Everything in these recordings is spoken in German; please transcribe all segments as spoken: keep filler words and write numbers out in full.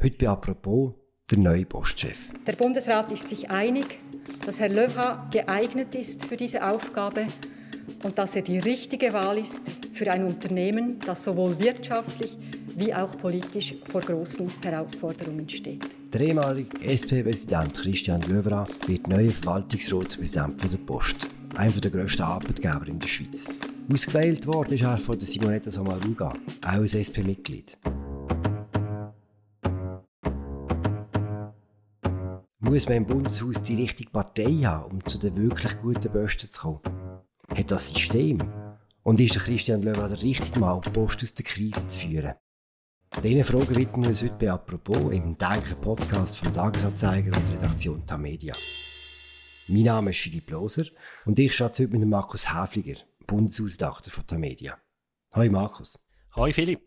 Heute bei «Apropos» der neue Postchef. Der Bundesrat ist sich einig, dass Herr Löwra geeignet ist für diese Aufgabe und dass er die richtige Wahl ist für ein Unternehmen, das sowohl wirtschaftlich wie auch politisch vor großen Herausforderungen steht. Der ehemalige S P-Präsident Christian Löwra wird neuer Verwaltungsratspräsident der Post, einer der grössten Arbeitgeber in der Schweiz. Ausgewählt worden ist er von Simonetta Sommaruga, auch ein S P-Mitglied. Muss man im Bundeshaus die richtige Partei haben, um zu den wirklich guten Posten zu kommen? Hat das System? Und ist der Christian Löwra der richtige Mann, die Post aus der Krise zu führen? Diesen Fragen widmen wir uns heute bei «Apropos» im täglichen Podcast vom Tagesanzeiger und der Redaktion Tamedia. Mein Name ist Philipp Loser und ich schaue heute mit Markus Häfliger, Bundeshausredakteur von Tamedia. Hallo Markus. Hallo Philipp.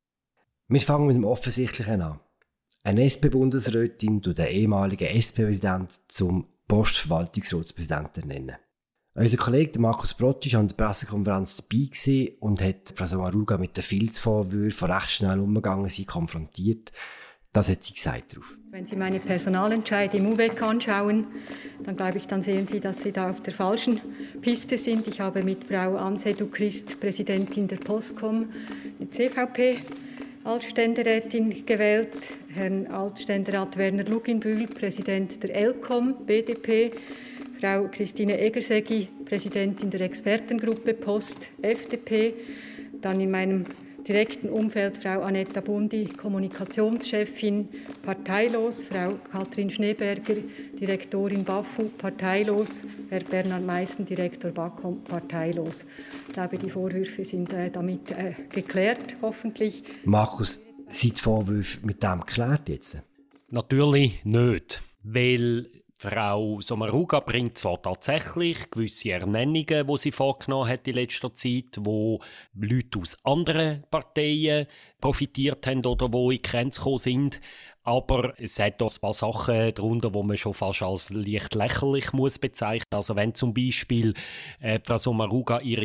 Wir fangen mit dem Offensichtlichen an. Eine S P-Bundesrätin tut den ehemaligen S P-Präsidenten zum Postverwaltungsratspräsidenten ernennen. Unser Kollege Markus Brotsch war an der Pressekonferenz dabei und hat Frau Sommaruga mit den Filzvorwürfen, die recht schnell umgegangen sind, konfrontiert. Das hat sie gesagt darauf. Wenn Sie meine Personalentscheide im U W E C anschauen, dann glaube ich, dann sehen Sie, dass Sie da auf der falschen Piste sind. Ich habe mit Frau Ansedu Christ, Präsidentin der Postcom, die C V P, als Ständerätin gewählt, Herrn Altständerat Werner Luginbühl, Präsident der ELCOM, B D P, Frau Christine Egerseggi, Präsidentin der Expertengruppe Post, F D P, dann in meinem direkten Umfeld Frau Annetta Bundi, Kommunikationschefin, parteilos, Frau Katrin Schneeberger, Direktorin BAFU, parteilos, Herr Bernhard Meissen, Direktor BAKOM, parteilos. Ich glaube, die Vorwürfe sind äh, damit äh, geklärt, hoffentlich. Markus, sind die Vorwürfe mit dem geklärt jetzt? Natürlich nicht, weil Frau Sommaruga bringt zwar tatsächlich gewisse Ernennungen, die sie vorgenommen hat in letzter Zeit, wo Leute aus anderen Parteien profitiert haben oder die in die Grenze gekommen sind. Aber es hat auch ein paar Sachen darunter, die man schon fast als leicht lächerlich muss bezeichnen. Also wenn zum Beispiel äh, Frau Sommaruga ihre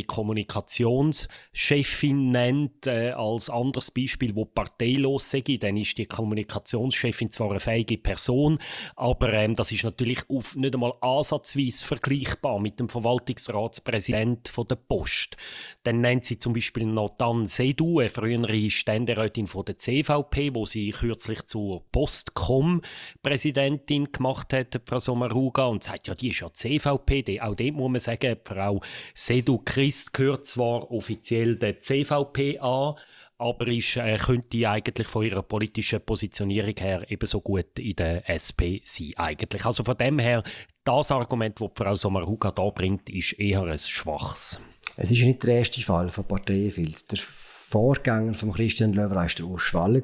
Kommunikationschefin nennt, äh, als anderes Beispiel, wo parteilos sei, dann ist die Kommunikationschefin zwar eine fähige Person, aber ähm, das ist natürlich auf nicht einmal ansatzweise vergleichbar mit dem Verwaltungsratspräsident von der Post. Dann nennt sie zum Beispiel noch Dan Sedu, eine frühere Ständerätin von der C V P, wo sie kürzlich zu Postcom-Präsidentin gemacht hat, Frau Sommaruga, und sagt, ja, die ist ja C V P. Die, auch dort muss man sagen, Frau Sedu Christ gehört zwar offiziell der C V P an, aber ist, äh, könnte eigentlich von ihrer politischen Positionierung her ebenso gut in der S P sein eigentlich. Also von dem her, das Argument, das Frau Sommaruga da bringt, ist eher ein schwaches. Es ist nicht der erste Fall von Parteienfilz. Der Vorgänger von Christian Löwra war der Urs Schwaller.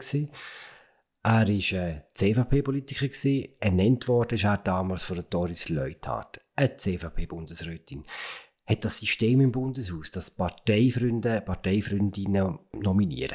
Er war äh, C V P-Politiker, ernannt worden ist er damals von der Doris Leuthard, eine C V P-Bundesrätin. Hat das System im Bundeshaus, dass Parteifreunde, Parteifreundinnen nominieren?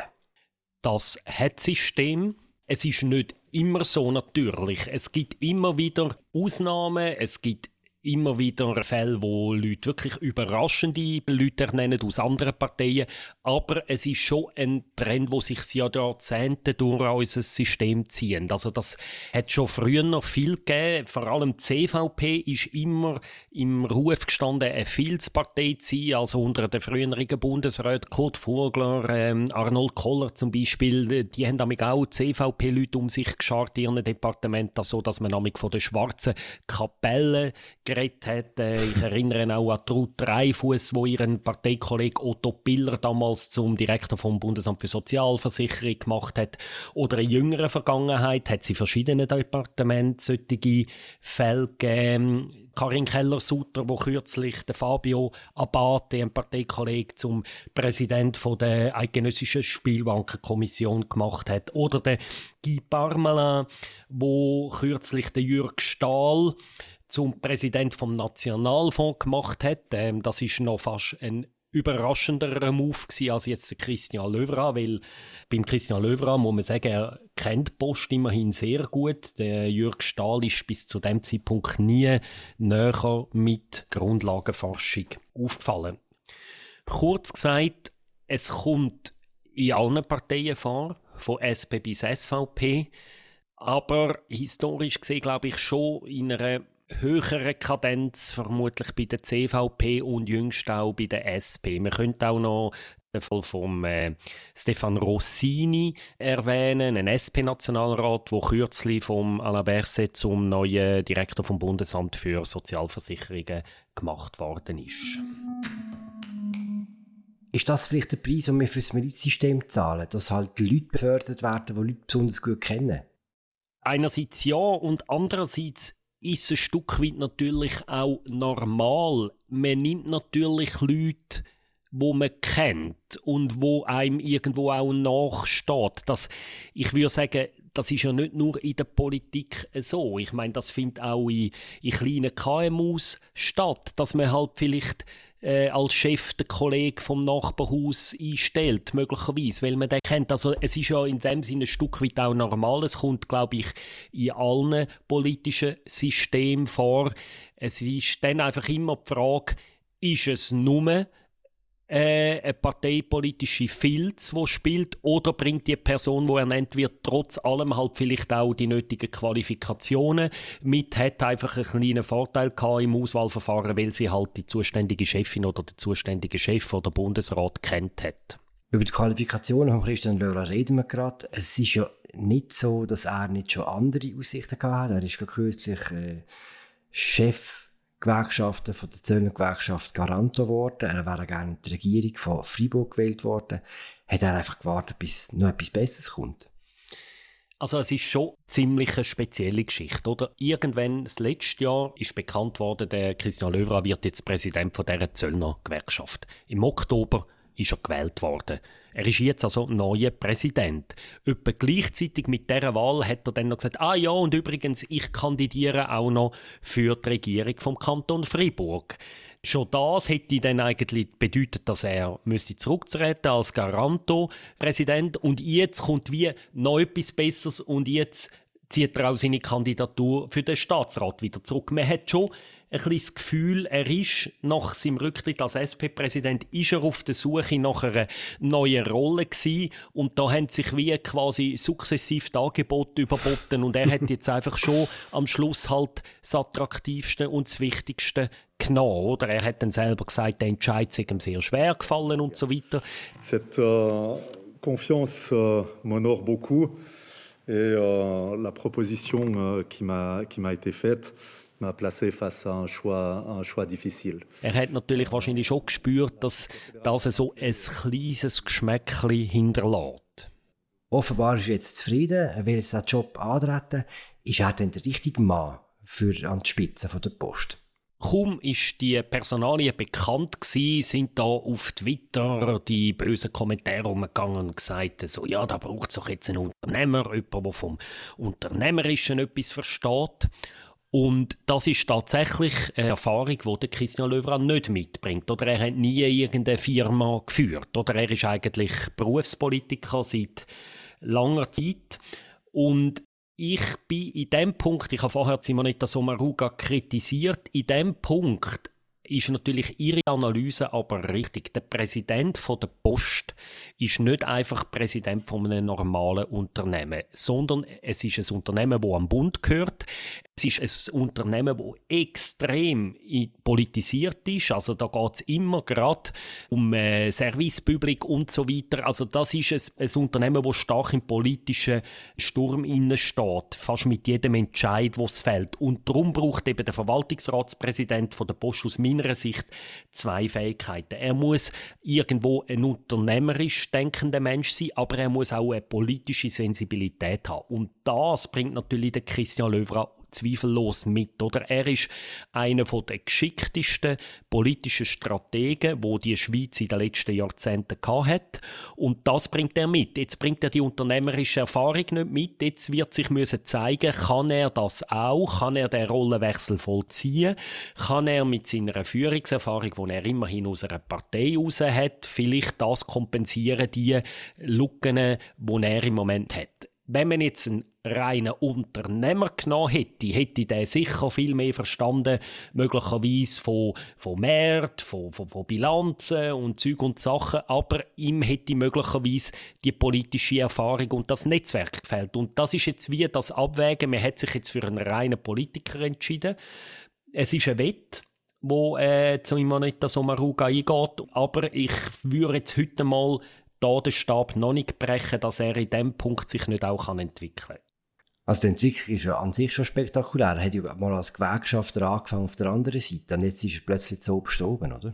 Das hat System. Es ist nicht immer so natürlich. Es gibt immer wieder Ausnahmen, es gibt immer wieder Fälle, wo Leute wirklich überraschende Leute ernennen aus anderen Parteien. Aber es ist schon ein Trend, der sich ja Jahrzehnte durch unser System zieht. Also das hat schon früher noch viel gegeben. Vor allem die C V P ist immer im Ruf gestanden, eine Filzpartei zu sein. Also unter den früheren Bundesräten Kurt Vogler, ähm, Arnold Koller zum Beispiel, die haben damit auch C V P-Leute um sich geschart in ihren Departementen, so dass man damit von den schwarzen Kapellen geredet hat. Ich erinnere auch an Ruth Dreifuss, wo ihren Parteikollegen Otto Piller damals zum Direktor vom Bundesamt für Sozialversicherung gemacht hat. Oder in jüngerer Vergangenheit hat sie in verschiedenen Departementen solche Fälle gegeben. Karin Keller-Sutter, wo kürzlich der Fabio Abate, ein Parteikollege, zum Präsident von der Eidgenössischen Spielbankenkommission gemacht hat. Oder der Guy Parmelin, wo kürzlich der Jürg Stahl zum Präsident vom Nationalfonds gemacht hat. Ähm, das ist noch fast ein überraschenderer Move gewesen als jetzt der Christian Löwra, weil beim Christian Löwra muss man sagen, er kennt die Post immerhin sehr gut. Der Jürg Stahl ist bis zu dem Zeitpunkt nie näher mit Grundlagenforschung aufgefallen. Kurz gesagt, es kommt in allen Parteien vor, von S P bis S V P, aber historisch gesehen glaube ich schon in einer höheren Kadenz, vermutlich bei der C V P und jüngst auch bei der S P. Man könnte auch noch den Fall von äh, Stefan Rossini erwähnen, ein S P-Nationalrat, der kürzlich vom Alain Berset zum neuen Direktor vom Bundesamt für Sozialversicherungen gemacht worden ist. Ist das vielleicht der Preis, den wir für das Milizsystem zahlen, dass halt Leute befördert werden, die Leute besonders gut kennen? Einerseits ja und andererseits ist es ein Stück weit natürlich auch normal. Man nimmt natürlich Leute, die man kennt und wo einem irgendwo auch nachsteht. Das, ich würde sagen, das ist ja nicht nur in der Politik so. Ich meine, das findet auch in, in kleinen K M Us statt, dass man halt vielleicht äh, als Chef den Kollegen vom Nachbarhaus einstellt, möglicherweise, weil man den kennt. Also es ist ja in dem Sinne ein Stück weit auch normal. Es kommt, glaube ich, in allen politischen Systemen vor. Es ist dann einfach immer die Frage, ist es nur Äh, eine parteipolitische Filz, die spielt, oder bringt die Person, die ernannt wird, trotz allem halt vielleicht auch die nötigen Qualifikationen mit, hat einfach einen kleinen Vorteil gehabt im Auswahlverfahren, weil sie halt die zuständige Chefin oder den zuständigen Chef oder Bundesrat kennt hat. Über die Qualifikationen von Christian Löwra reden wir gerade. Es ist ja nicht so, dass er nicht schon andere Aussichten gehabt hat. Er ist kürzlich äh, Chef Gewerkschaften von der Zöllnergewerkschaft Garanto geworden. Er wäre gerne in die Regierung von Freiburg gewählt worden. Hat er einfach gewartet, bis noch etwas Besseres kommt? Also es ist schon ziemlich eine spezielle Geschichte, oder? Irgendwann, das letzte Jahr, ist bekannt worden, der Christian Löwra wird jetzt Präsident von dieser Zöllnergewerkschaft. Im Oktober ist er gewählt worden. Er ist jetzt also neuer Präsident. Etwa gleichzeitig mit dieser Wahl hat er dann noch gesagt, ah ja, und übrigens, ich kandidiere auch noch für die Regierung vom Kanton Freiburg. Schon das hätte dann eigentlich bedeutet, dass er müsste zurücktreten als Garanto-Präsident. Und jetzt kommt wie noch etwas Besseres und jetzt zieht er auch seine Kandidatur für den Staatsrat wieder zurück. Man hat schon ein bisschen das Gefühl, er ist nach seinem Rücktritt als S P-Präsident ist er auf der Suche nach einer neuen Rolle gewesen. Und da haben sich wie quasi sukzessiv die Angebote überboten und er hat jetzt einfach schon am Schluss halt das Attraktivste und das Wichtigste genommen, oder? Er hat dann selber gesagt, der Entscheid sei ihm sehr schwer gefallen und so weiter. Cette euh, confiance euh, m'honore beaucoup et euh, la proposition euh, qui m'a qui m'a été faite m'a placé face à un choix, un choix difficile. Er hat natürlich wahrscheinlich schon gespürt, dass das so ein kleines Geschmäckchen hinterlässt. Offenbar ist er jetzt zufrieden, er will jetzt den Job antreten. Ist er denn der richtige Mann für an die Spitze von der Post? Kaum ist die Personalie bekannt gewesen, sind da auf Twitter die bösen Kommentare umgegangen und gesagt, so, ja, da braucht es doch jetzt einen Unternehmer, jemand, der vom Unternehmerischen etwas versteht. Und das ist tatsächlich eine Erfahrung, die der Christian Löwra nicht mitbringt. Oder er hat nie irgendeine Firma geführt. Oder er ist eigentlich Berufspolitiker seit langer Zeit. Und ich bin in dem Punkt, ich habe vorher Simonetta Sommaruga kritisiert, in dem Punkt ist natürlich Ihre Analyse aber richtig. Der Präsident von der Post ist nicht einfach Präsident von einem normalen Unternehmen, sondern es ist ein Unternehmen, das am Bund gehört. Es ist ein Unternehmen, das extrem politisiert ist. Also da geht es immer gerade um äh, Service Public und so weiter. Also das ist ein, ein Unternehmen, das stark im politischen Sturm innen steht. Fast mit jedem Entscheid, was fällt. Und darum braucht eben der Verwaltungsratspräsident von der Post aus meiner Sicht zwei Fähigkeiten. Er muss irgendwo ein unternehmerisch denkender Mensch sein, aber er muss auch eine politische Sensibilität haben. Und das bringt natürlich der Christian Löwra zweifellos mit, oder? Er ist einer der geschicktesten politischen Strategen, die die Schweiz in den letzten Jahrzehnten hatte. Und das bringt er mit. Jetzt bringt er die unternehmerische Erfahrung nicht mit. Jetzt wird sich müssen zeigen, kann er das auch? Kann er den Rollenwechsel vollziehen? Kann er mit seiner Führungserfahrung, die er immerhin aus einer Partei heraus hat, vielleicht das kompensieren, die Lücken, die er im Moment hat? Wenn man jetzt einen reinen Unternehmer genommen hätte, hätte der sicher viel mehr verstanden, möglicherweise von, von Märkten, von, von, von Bilanzen und Zeug und Sachen, aber ihm hätte möglicherweise die politische Erfahrung und das Netzwerk gefehlt. Und das ist jetzt wie das Abwägen. Man hat sich jetzt für einen reinen Politiker entschieden. Es ist ein Wett, wo äh, zu Imaneta Sommaruga eingeht, aber ich würde jetzt heute mal da den Stab noch nicht brechen, dass er in diesem Punkt sich nicht auch entwickeln kann. Also die Entwicklung ist ja an sich schon spektakulär. Er hat ja mal als Gewerkschafter angefangen auf der anderen Seite und jetzt ist er plötzlich so oben, oder?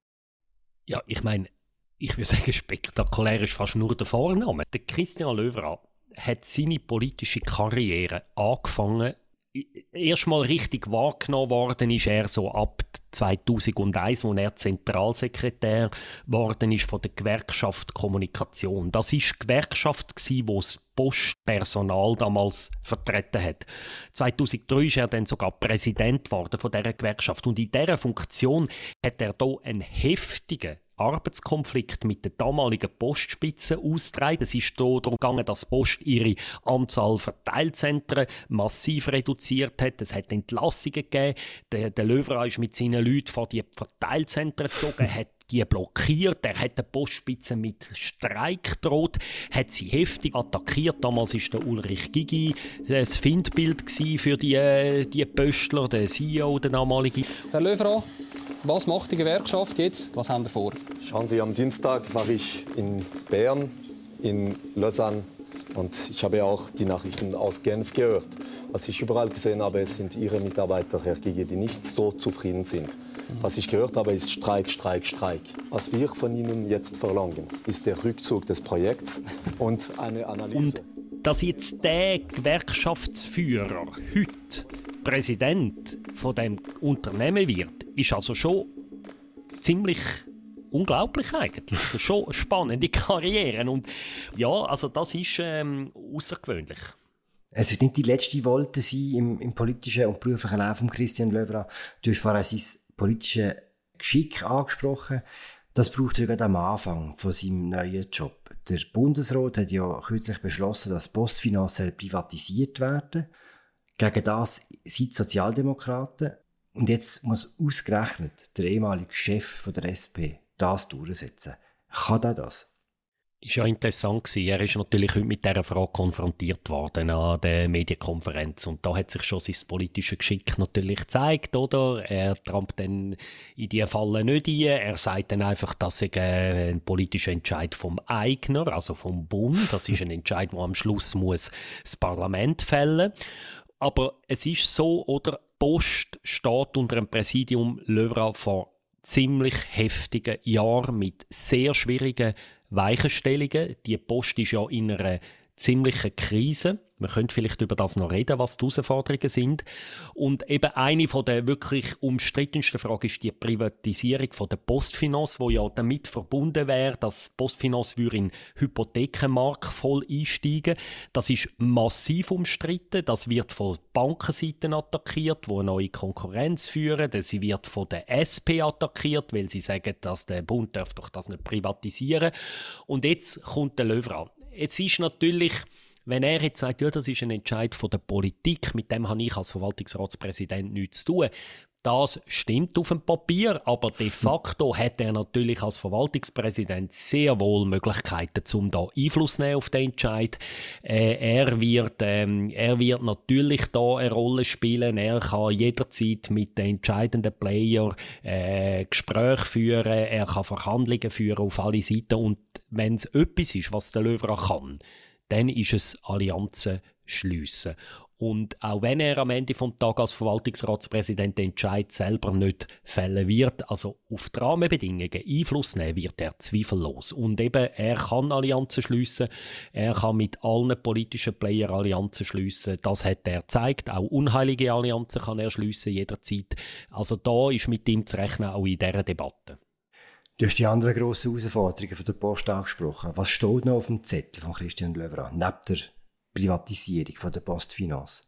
Ja, ich meine, ich würde sagen, spektakulär ist fast nur der Vorname. Der Christian Löwra hat seine politische Karriere angefangen. Erstmal richtig wahrgenommen worden ist er so ab zweitausendeins, als er Zentralsekretär geworden ist von der Gewerkschaft Kommunikation. Das war die Gewerkschaft, die das Postpersonal damals vertreten hat. zweitausenddrei ist er dann sogar Präsident geworden von dieser Gewerkschaft. Und in dieser Funktion hat er hier einen heftigen Arbeitskonflikt mit der damaligen Postspitze ausgetragen. Es ist hier darum gegangen, dass die Post ihre Anzahl Verteilzentren massiv reduziert hat. Es hat Entlassungen gegeben. Der, der Löwra ist mit seinen Leuten vor die Verteilzentren gezogen, hat die blockiert. Er hat der Postspitze mit Streik gedroht, hat sie heftig attackiert. Damals war der Ulrich Gigi das Findbild für die, die Pöstler, der C E O, der damalige. Herr Löwra, was macht die Gewerkschaft jetzt? Was haben wir vor? Schauen Sie, am Dienstag war ich in Bern, in Lausanne und ich habe ja auch die Nachrichten aus Genf gehört. Was ich überall gesehen habe, sind Ihre Mitarbeiter, Herr Gigi, die nicht so zufrieden sind. Was ich gehört habe, ist Streik, Streik, Streik. Was wir von Ihnen jetzt verlangen, ist der Rückzug des Projekts und eine Analyse. Und dass jetzt der Gewerkschaftsführer heute Präsident von dem Unternehmen wird, ist also schon ziemlich unglaublich eigentlich. Das ist schon eine spannende Karriere. Und ja, also das ist ähm, außergewöhnlich. Es wird nicht die letzte Wolte sein im, im politischen und beruflichen Leben von Christian Löwra. Du hast vorhin sein politisches Geschick angesprochen. Das braucht er gerade am Anfang von seinem neuen Job. Der Bundesrat hat ja kürzlich beschlossen, dass PostFinance privatisiert werden. Gegen das sind die Sozialdemokraten. Und jetzt muss ausgerechnet der ehemalige Chef von der S P das durchsetzen. Kann er das? Das war ja interessant gewesen. Er ist natürlich heute mit dieser Frage konfrontiert worden an der Medienkonferenz. Und da hat sich schon sein politisches Geschick natürlich gezeigt, oder? Er trampt dann in diese Falle nicht ein. Er sagt dann einfach, das sei ein politischer Entscheid vom Eigner, also vom Bund. Das ist ein Entscheid, der am Schluss muss das Parlament fällen muss. Aber es ist so, oder? Post steht unter dem Präsidium Löwra vor ziemlich heftigen Jahren mit sehr schwierigen Weichenstellungen. Die Post ist ja in einer ziemlichen Krise. Wir können vielleicht über das noch reden, was die Herausforderungen sind. Und eben eine von der wirklich umstrittensten Fragen ist die Privatisierung von der PostFinance, wo ja damit verbunden wäre, dass PostFinance in den Hypothekenmarkt voll einsteigen. Das ist massiv umstritten. Das wird von Bankenseiten attackiert, die eine neue Konkurrenz führen. Sie wird von der S P attackiert, weil sie sagen, dass der Bund darf doch das nicht privatisieren. Und jetzt kommt der Löwra. Jetzt ist natürlich, wenn er jetzt sagt, ja, das ist ein Entscheid von der Politik, mit dem habe ich als Verwaltungsratspräsident nichts zu tun. Das stimmt auf dem Papier, aber de facto hat er natürlich als Verwaltungspräsident sehr wohl Möglichkeiten, um da Einfluss zu nehmen auf den Entscheid. Äh, er, wird, ähm, er wird natürlich da eine Rolle spielen. Er kann jederzeit mit den entscheidenden Playern äh, Gespräche führen. Er kann Verhandlungen führen auf alle Seiten. Und wenn es etwas ist, was der Löwra kann, dann ist es Allianzen schliessen. Und auch wenn er am Ende des Tages als Verwaltungsratspräsident den Entscheid selber nicht fällen wird, also auf die Rahmenbedingungen Einfluss nehmen, wird er zweifellos. Und eben, er kann Allianzen schliessen, er kann mit allen politischen Playern Allianzen schliessen. Das hat er gezeigt. Auch unheilige Allianzen kann er schliessen jederzeit. Also da ist mit ihm zu rechnen, auch in dieser Debatte. Du hast die anderen grossen Herausforderungen von der Post angesprochen. Was steht noch auf dem Zettel von Christian Löwra, neben der Privatisierung von der PostFinance?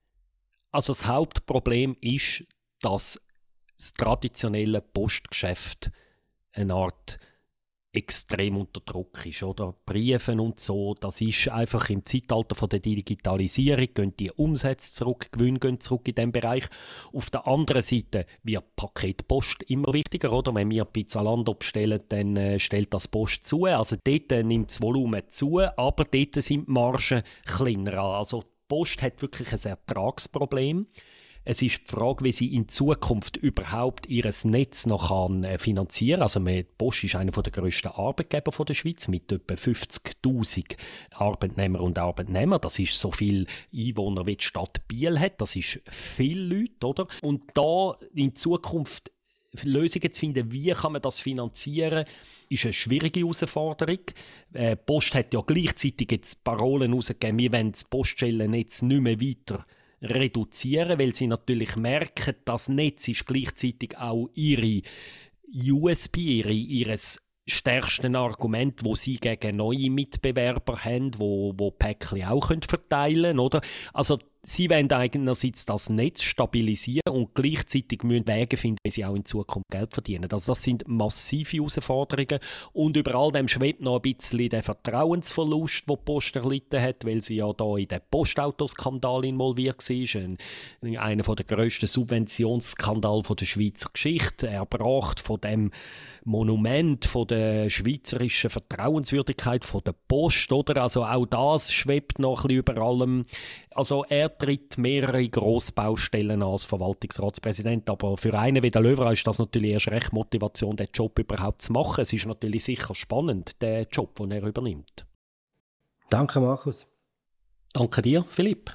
Also das Hauptproblem ist, dass das traditionelle Postgeschäft eine Art extrem unter Druck ist, oder? Briefe und so, das ist einfach im Zeitalter von der Digitalisierung, gehen die Umsätze zurück, Gewinne gehen zurück in diesem Bereich. Auf der anderen Seite wird Paketpost immer wichtiger, oder? Wenn wir bei Zalando bestellen, dann äh, stellt das Post zu. Also dort äh, nimmt das Volumen zu, aber dort sind die Margen kleiner. Also die Post hat wirklich ein Ertragsproblem. Es ist die Frage, wie sie in Zukunft überhaupt ihr Netz noch kann, äh, finanzieren kann. Also die Post ist einer der grössten Arbeitgeber von der Schweiz mit etwa fünfzigtausend Arbeitnehmer und Arbeitnehmer. Das ist so viel Einwohner wie die Stadt Biel hat. Das ist viele Leute, oder? Und da in Zukunft Lösungen zu finden, wie kann man das finanzieren, ist eine schwierige Herausforderung. Äh, die Post hat ja gleichzeitig jetzt Parolen herausgegeben, wir wollen das Poststellennetz nicht mehr weiter reduzieren, weil sie natürlich merken, das Netz ist gleichzeitig auch ihre U S P, ihre, ihres stärksten Argument, wo sie gegen neue Mitbewerber haben, wo, wo Päckchen auch können verteilen können, oder? Also sie wollen einerseits das Netz stabilisieren und gleichzeitig müssen Wege finden, wie sie auch in Zukunft Geld verdienen. Also das sind massive Herausforderungen und über all dem schwebt noch ein bisschen der Vertrauensverlust, den die Post erlitten hat, weil sie ja da in den Postautoskandal involviert war, einer der grössten Subventionsskandale der Schweizer Geschichte, erbracht von dem Monument von der schweizerischen Vertrauenswürdigkeit von der Post, oder? Also auch das schwebt noch ein bisschen über allem. Also er tritt mehrere Grossbaustellen an als Verwaltungsratspräsident, aber für einen wie der Löwra ist das natürlich erst recht Motivation, den Job überhaupt zu machen. Es ist natürlich sicher spannend, der Job, den er übernimmt. Danke, Markus. Danke dir, Philipp.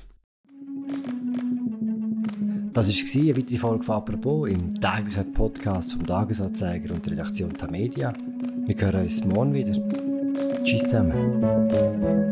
Das war eine weitere Folge von «Apropos» im täglichen Podcast vom Tagesanzeiger und der Redaktion Tamedia. Wir hören uns morgen wieder. Tschüss zusammen.